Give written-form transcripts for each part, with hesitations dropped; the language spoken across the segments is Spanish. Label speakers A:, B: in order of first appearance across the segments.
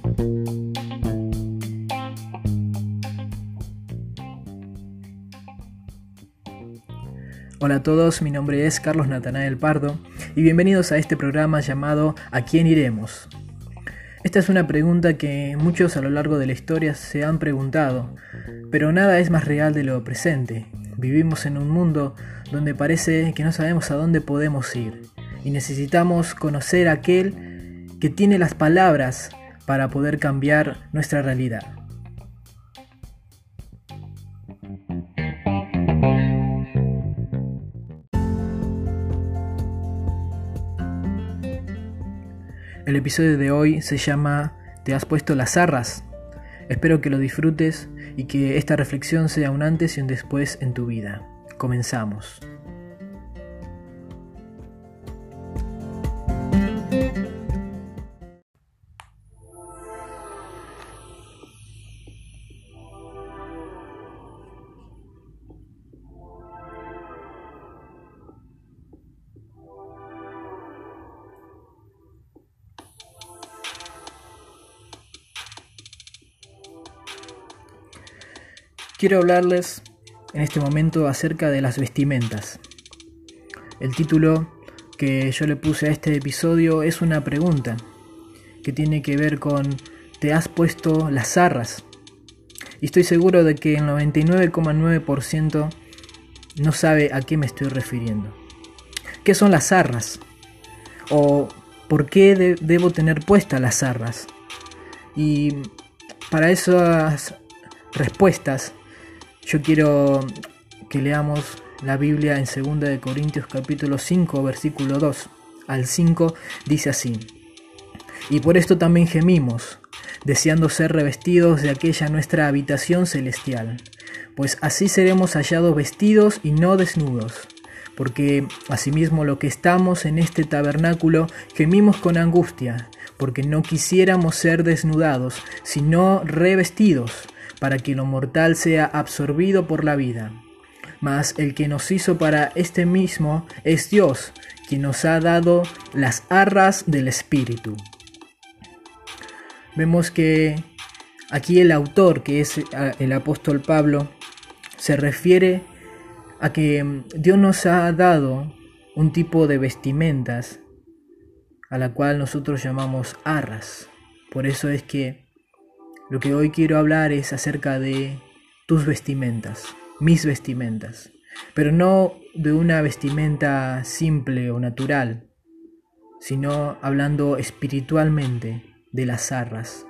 A: Hola a todos, mi nombre es Carlos Natanael Pardo y bienvenidos a este programa llamado ¿A quién iremos? Esta es una pregunta que muchos a lo largo de la historia se han preguntado, pero nada es más real de lo presente. Vivimos en un mundo donde parece que no sabemos a dónde podemos ir y necesitamos conocer a aquel que tiene las palabras para poder cambiar nuestra realidad. El episodio de hoy se llama ¿Te has puesto las arras? Espero que lo disfrutes y que esta reflexión sea un antes y un después en tu vida. Comenzamos. Quiero hablarles en este momento acerca de las vestimentas. El título que yo le puse a este episodio es una pregunta que tiene que ver con ¿te has puesto las arras? Y estoy seguro de que el 99,9% no sabe a qué me estoy refiriendo. ¿Qué son las arras? ¿O por qué debo tener puestas las arras? Y para esas respuestas yo quiero que leamos la Biblia en 2 de Corintios capítulo 5 versículo 2 al 5, dice así: y por esto también gemimos, deseando ser revestidos de aquella nuestra habitación celestial, pues así seremos hallados vestidos y no desnudos, porque asimismo lo que estamos en este tabernáculo gemimos con angustia, porque no quisiéramos ser desnudados, sino revestidos, para que lo mortal sea absorbido por la vida. Mas el que nos hizo para este mismo es Dios, quien nos ha dado las arras del Espíritu. Vemos que aquí el autor, que es el apóstol Pablo, se refiere a que Dios nos ha dado un tipo de vestimentas a la cual nosotros llamamos arras. Por eso es que lo que hoy quiero hablar es acerca de tus vestimentas, mis vestimentas, pero no de una vestimenta simple o natural, sino hablando espiritualmente de las arras.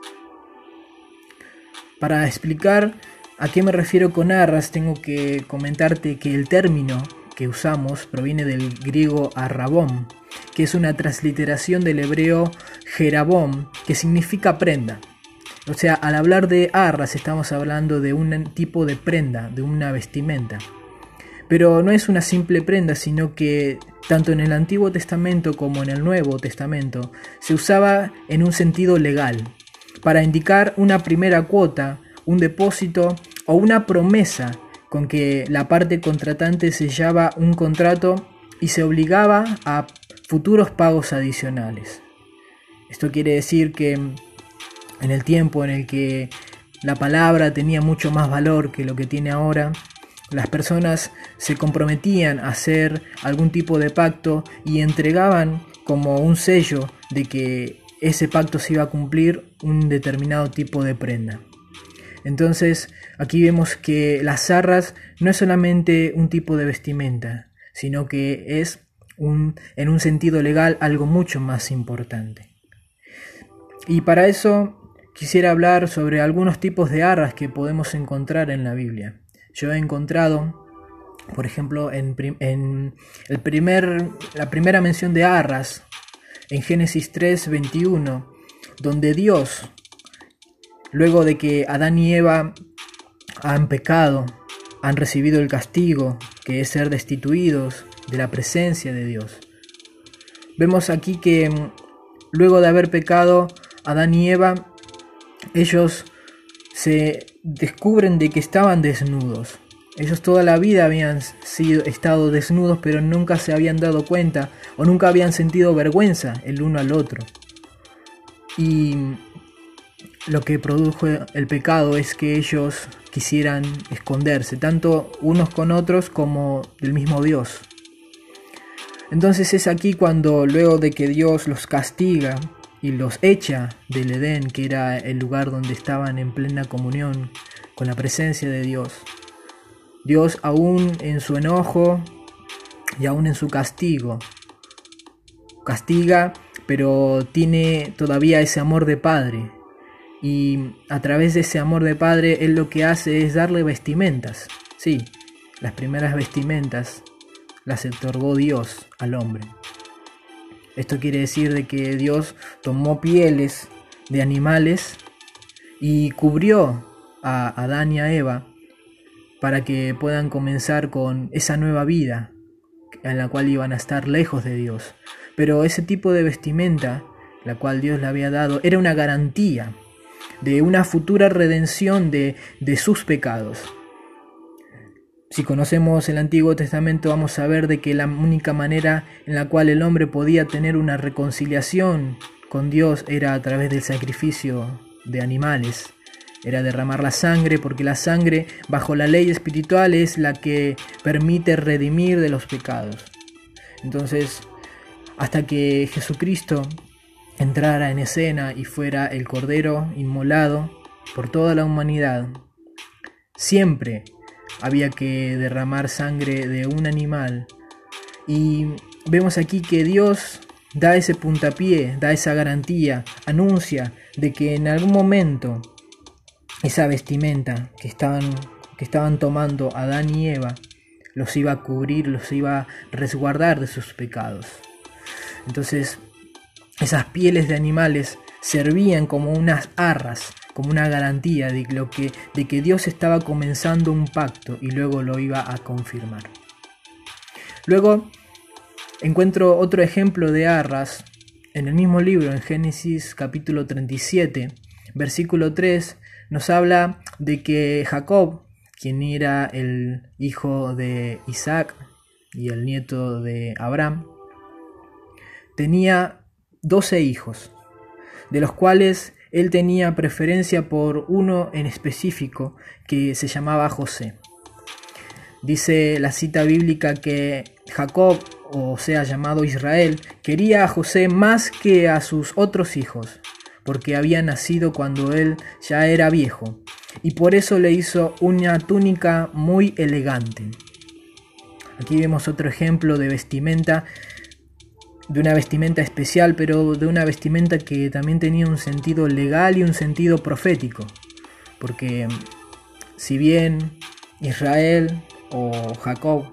A: Para explicar a qué me refiero con arras, tengo que comentarte que el término que usamos proviene del griego arrabón, que es una transliteración del hebreo jerabón, que significa prenda. O sea, al hablar de arras estamos hablando de un tipo de prenda, de una vestimenta. Pero no es una simple prenda, sino que tanto en el Antiguo Testamento como en el Nuevo Testamento se usaba en un sentido legal, para indicar una primera cuota, un depósito o una promesa con que la parte contratante sellaba un contrato y se obligaba a futuros pagos adicionales. Esto quiere decir que en el tiempo en el que la palabra tenía mucho más valor que lo que tiene ahora, las personas se comprometían a hacer algún tipo de pacto y entregaban como un sello de que ese pacto se iba a cumplir un determinado tipo de prenda. Entonces aquí vemos que las arras no es solamente un tipo de vestimenta, sino que es en un sentido legal algo mucho más importante. Y para eso quisiera hablar sobre algunos tipos de arras que podemos encontrar en la Biblia. Yo he encontrado, por ejemplo, la primera mención de arras en Génesis 3:21, donde Dios, luego de que Adán y Eva han pecado, han recibido el castigo, que es ser destituidos de la presencia de Dios. Vemos aquí que luego de haber pecado, Adán y Eva, ellos se descubren de que estaban desnudos. Ellos toda la vida habían estado desnudos, pero nunca se habían dado cuenta o nunca habían sentido vergüenza el uno al otro. Y lo que produjo el pecado es que ellos quisieran esconderse, tanto unos con otros como del mismo Dios. Entonces es aquí cuando, luego de que Dios los castiga y los echa del Edén, que era el lugar donde estaban en plena comunión con la presencia de Dios, Dios, aún en su enojo y aún en su castigo, castiga, pero tiene todavía ese amor de padre. Y a través de ese amor de padre, Él lo que hace es darle vestimentas. Sí, las primeras vestimentas las otorgó Dios al hombre. Esto quiere decir de que Dios tomó pieles de animales y cubrió a Adán y a Eva para que puedan comenzar con esa nueva vida en la cual iban a estar lejos de Dios. Pero ese tipo de vestimenta, la cual Dios le había dado, era una garantía de una futura redención de sus pecados. Si conocemos el Antiguo Testamento, vamos a ver de que la única manera en la cual el hombre podía tener una reconciliación con Dios era a través del sacrificio de animales. Era derramar la sangre, porque la sangre, bajo la ley espiritual, es la que permite redimir de los pecados. Entonces, hasta que Jesucristo entrara en escena y fuera el Cordero inmolado por toda la humanidad, siempre había que derramar sangre de un animal. Y vemos aquí que Dios da ese puntapié, da esa garantía, anuncia de que en algún momento esa vestimenta que estaban tomando Adán y Eva los iba a cubrir, los iba a resguardar de sus pecados. Entonces, esas pieles de animales servían como unas arras, como una garantía de que Dios estaba comenzando un pacto y luego lo iba a confirmar. Luego encuentro otro ejemplo de arras en el mismo libro, en Génesis capítulo 37, versículo 3, nos habla de que Jacob, quien era el hijo de Isaac y el nieto de Abraham, tenía 12 hijos, de los cuales él tenía preferencia por uno en específico que se llamaba José. Dice la cita bíblica que Jacob, o sea llamado Israel, quería a José más que a sus otros hijos, porque había nacido cuando él ya era viejo, y por eso le hizo una túnica muy elegante. Aquí vemos otro ejemplo de vestimenta, de una vestimenta especial, pero de una vestimenta que también tenía un sentido legal y un sentido profético, porque si bien Israel o Jacob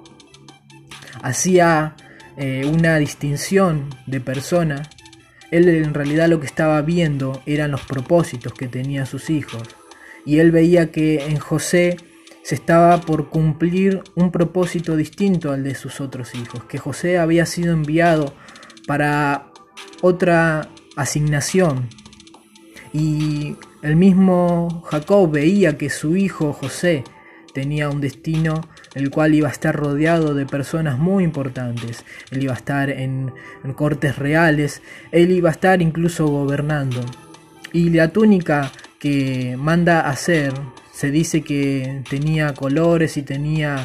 A: hacía una distinción de persona, él en realidad lo que estaba viendo eran los propósitos que tenían sus hijos, y él veía que en José se estaba por cumplir un propósito distinto al de sus otros hijos, que José había sido enviado para otra asignación, y el mismo Jacob veía que su hijo José tenía un destino el cual iba a estar rodeado de personas muy importantes. Él iba a estar en cortes reales, él iba a estar incluso gobernando, y la túnica que manda a hacer se dice que tenía colores y tenía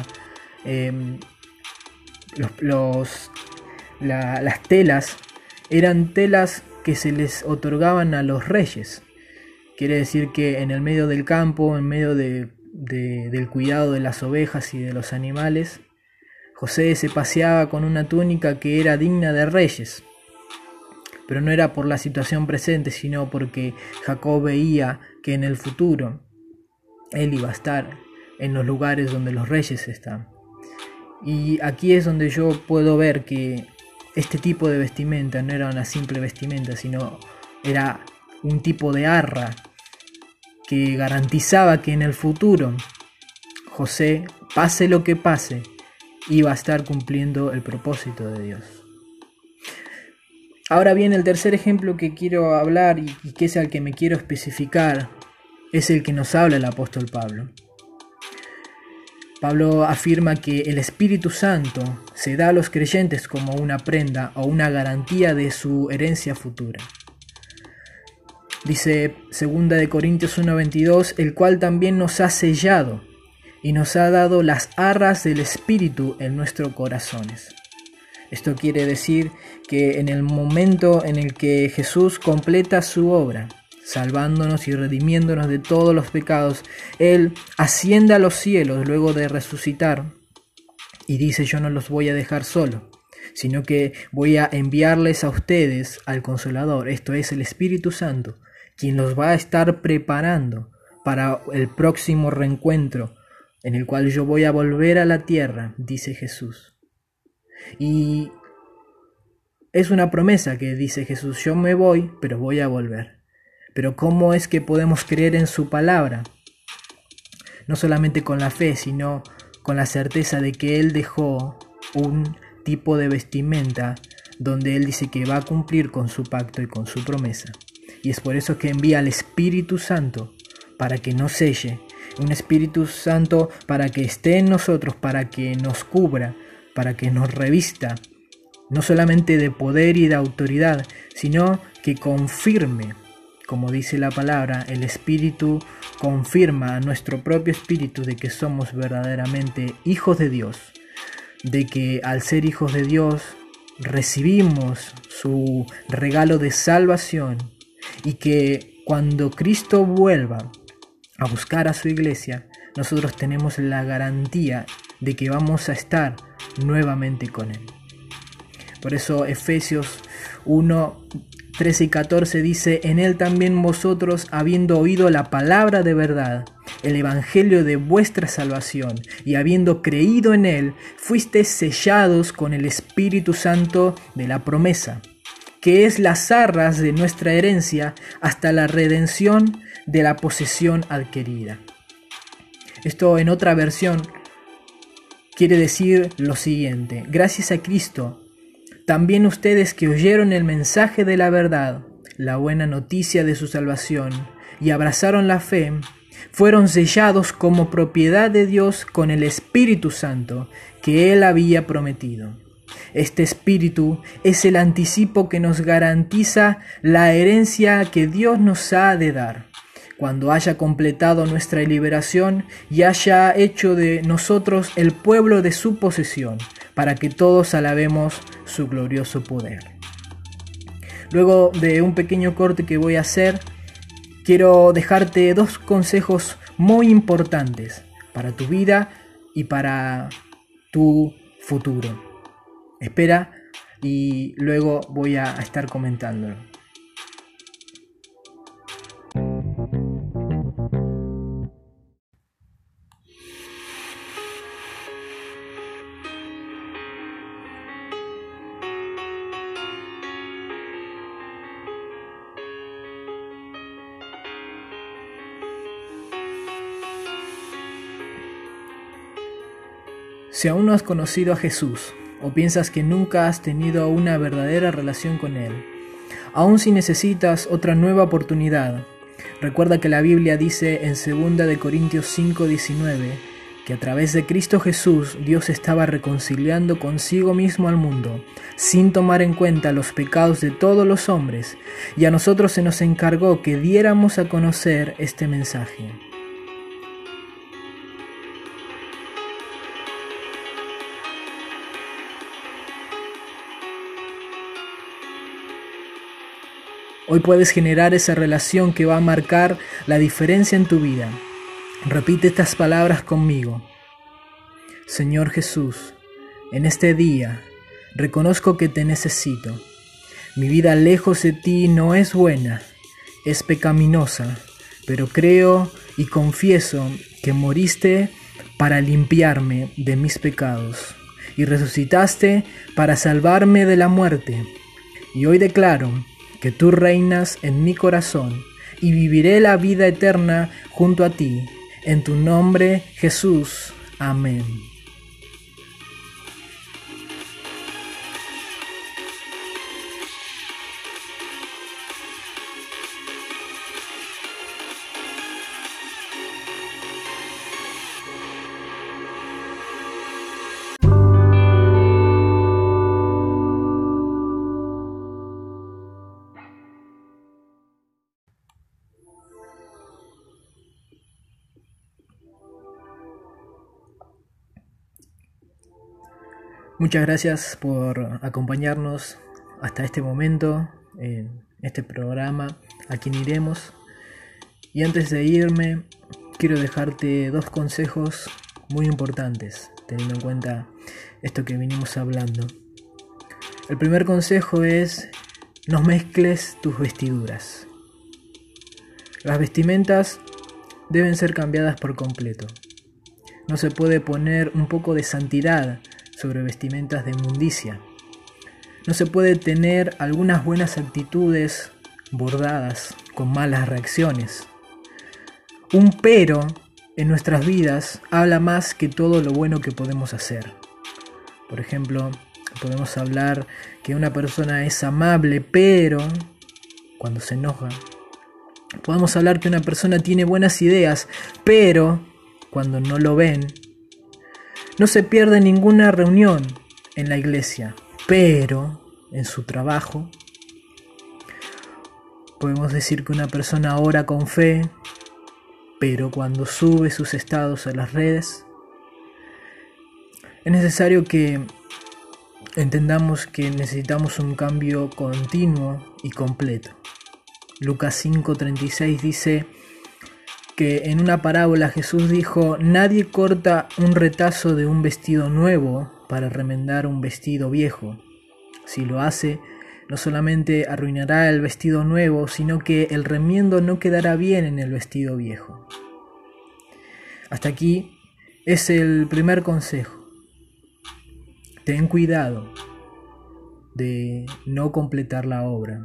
A: las telas eran telas que se les otorgaban a los reyes. Quiere decir que en el medio del campo, en medio del cuidado de las ovejas y de los animales, José se paseaba con una túnica que era digna de reyes. Pero no era por la situación presente, sino porque Jacob veía que en el futuro él iba a estar en los lugares donde los reyes están. Y aquí es donde yo puedo ver que este tipo de vestimenta no era una simple vestimenta, sino era un tipo de arra que garantizaba que en el futuro José, pase lo que pase, iba a estar cumpliendo el propósito de Dios. Ahora bien, el tercer ejemplo que quiero hablar y que es el que me quiero especificar es el que nos habla el apóstol Pablo. Pablo afirma que el Espíritu Santo se da a los creyentes como una prenda o una garantía de su herencia futura. Dice 2 Corintios 1:22, el cual también nos ha sellado y nos ha dado las arras del Espíritu en nuestros corazones. Esto quiere decir que en el momento en el que Jesús completa su obra, salvándonos y redimiéndonos de todos los pecados, Él asciende a los cielos luego de resucitar y dice: yo no los voy a dejar solo, sino que voy a enviarles a ustedes al Consolador, esto es el Espíritu Santo, quien los va a estar preparando para el próximo reencuentro en el cual yo voy a volver a la tierra, dice Jesús. Y es una promesa que dice Jesús: yo me voy, pero voy a volver. Pero ¿cómo es que podemos creer en su palabra? No solamente con la fe, sino con la certeza de que Él dejó un tipo de vestimenta donde Él dice que va a cumplir con su pacto y con su promesa. Y es por eso que envía al Espíritu Santo para que nos selle, un Espíritu Santo para que esté en nosotros, para que nos cubra, para que nos revista, no solamente de poder y de autoridad, sino que confirme, como dice la palabra, el Espíritu confirma a nuestro propio espíritu de que somos verdaderamente hijos de Dios, de que al ser hijos de Dios recibimos su regalo de salvación y que cuando Cristo vuelva a buscar a su iglesia, nosotros tenemos la garantía de que vamos a estar nuevamente con Él. Por eso Efesios 1:13 y 14 dice: en Él también vosotros, habiendo oído la palabra de verdad, el evangelio de vuestra salvación, y habiendo creído en Él, fuisteis sellados con el Espíritu Santo de la promesa, que es las arras de nuestra herencia hasta la redención de la posesión adquirida. Esto en otra versión quiere decir lo siguiente: gracias a Cristo, también ustedes que oyeron el mensaje de la verdad, la buena noticia de su salvación, y abrazaron la fe, fueron sellados como propiedad de Dios con el Espíritu Santo que Él había prometido. Este Espíritu es el anticipo que nos garantiza la herencia que Dios nos ha de dar, cuando haya completado nuestra liberación y haya hecho de nosotros el pueblo de su posesión, para que todos alabemos su glorioso poder. Luego de un pequeño corte que voy a hacer, quiero dejarte 2 consejos muy importantes para tu vida y para tu futuro. Espera y luego voy a estar comentándolo. Si aún no has conocido a Jesús o piensas que nunca has tenido una verdadera relación con Él, aún si necesitas otra nueva oportunidad, recuerda que la Biblia dice en 2 Corintios 5:19 que a través de Cristo Jesús Dios estaba reconciliando consigo mismo al mundo, sin tomar en cuenta los pecados de todos los hombres, y a nosotros se nos encargó que diéramos a conocer este mensaje. Hoy puedes generar esa relación que va a marcar la diferencia en tu vida. Repite estas palabras conmigo. Señor Jesús, en este día reconozco que te necesito. Mi vida lejos de ti no es buena, es pecaminosa, pero creo y confieso que moriste para limpiarme de mis pecados y resucitaste para salvarme de la muerte. Y hoy declaro que tú reinas en mi corazón y viviré la vida eterna junto a ti. En tu nombre, Jesús. Amén. Muchas gracias por acompañarnos hasta este momento en este programa A Quién Iremos. Y antes de irme, quiero dejarte dos consejos muy importantes, teniendo en cuenta esto que vinimos hablando. El primer consejo es: no mezcles tus vestiduras. Las vestimentas deben ser cambiadas por completo. No se puede poner un poco de santidad sobre vestimentas de inmundicia. No se puede tener algunas buenas actitudes bordadas con malas reacciones. Un pero en nuestras vidas habla más que todo lo bueno que podemos hacer. Por ejemplo, podemos hablar que una persona es amable, pero cuando se enoja. Podemos hablar que una persona tiene buenas ideas, pero cuando no lo ven. No se pierde ninguna reunión en la iglesia, pero en su trabajo. Podemos decir que una persona ora con fe, pero cuando sube sus estados a las redes. Es necesario que entendamos que necesitamos un cambio continuo y completo. Lucas 5:36 dice que en una parábola Jesús dijo: nadie corta un retazo de un vestido nuevo para remendar un vestido viejo. Si lo hace, no solamente arruinará el vestido nuevo, sino que el remiendo no quedará bien en el vestido viejo. Hasta aquí es el primer consejo. Ten cuidado de no completar la obra.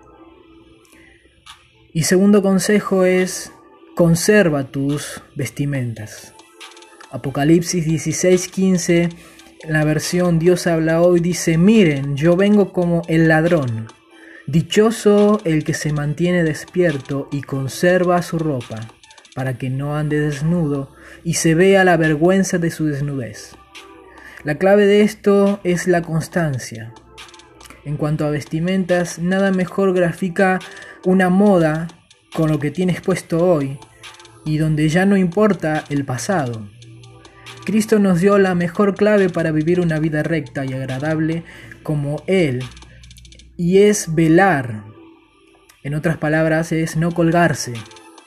A: Y segundo consejo es: conserva tus vestimentas. Apocalipsis 16:15, en la versión Dios habla hoy, dice: miren, yo vengo como el ladrón. Dichoso el que se mantiene despierto y conserva su ropa, para que no ande desnudo y se vea la vergüenza de su desnudez. La clave de esto es la constancia. En cuanto a vestimentas, nada mejor grafica una moda con lo que tienes puesto hoy y donde ya no importa el pasado. Cristo nos dio la mejor clave para vivir una vida recta y agradable como Él, y es velar. En otras palabras, es no colgarse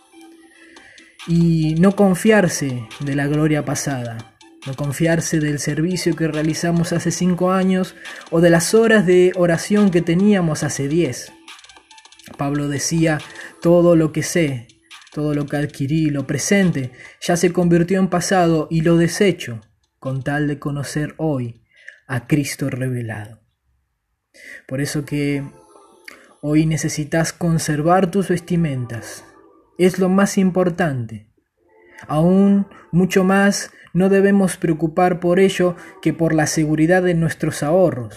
A: y no confiarse de la gloria pasada. No confiarse del servicio que realizamos hace 5 años o de las horas de oración que teníamos hace 10. Pablo decía: todo lo que sé, todo lo que adquirí, lo presente, ya se convirtió en pasado y lo desecho, con tal de conocer hoy a Cristo revelado. Por eso que hoy necesitas conservar tus vestimentas. Es lo más importante. Aún mucho más no debemos preocupar por ello que por la seguridad de nuestros ahorros,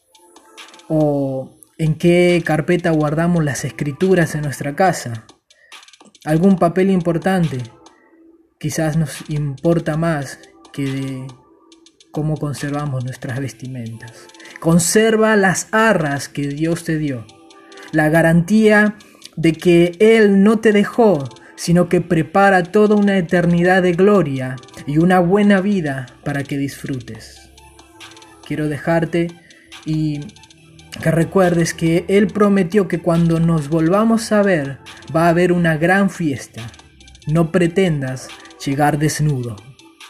A: o en qué carpeta guardamos las escrituras en nuestra casa. Algún papel importante quizás nos importa más que de cómo conservamos nuestras vestimentas. Conserva las arras que Dios te dio, la garantía de que Él no te dejó, sino que prepara toda una eternidad de gloria y una buena vida para que disfrutes. Quiero dejarte y que recuerdes que Él prometió que cuando nos volvamos a ver va a haber una gran fiesta. No pretendas llegar desnudo.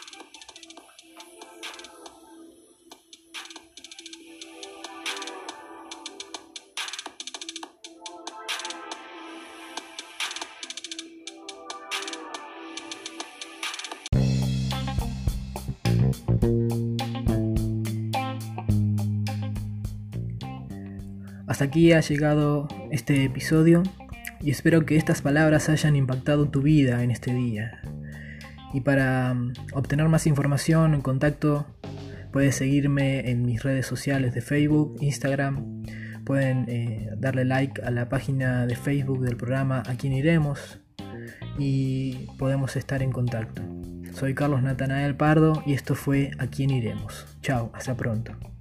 A: Hasta aquí ha llegado este episodio y espero que estas palabras hayan impactado tu vida en este día. Y para obtener más información en contacto, puedes seguirme en mis redes sociales de Facebook, Instagram. Pueden darle like a la página de Facebook del programa A Quién Iremos y podemos estar en contacto. Soy Carlos Natanael Pardo y esto fue A Quién Iremos. Chao, hasta pronto.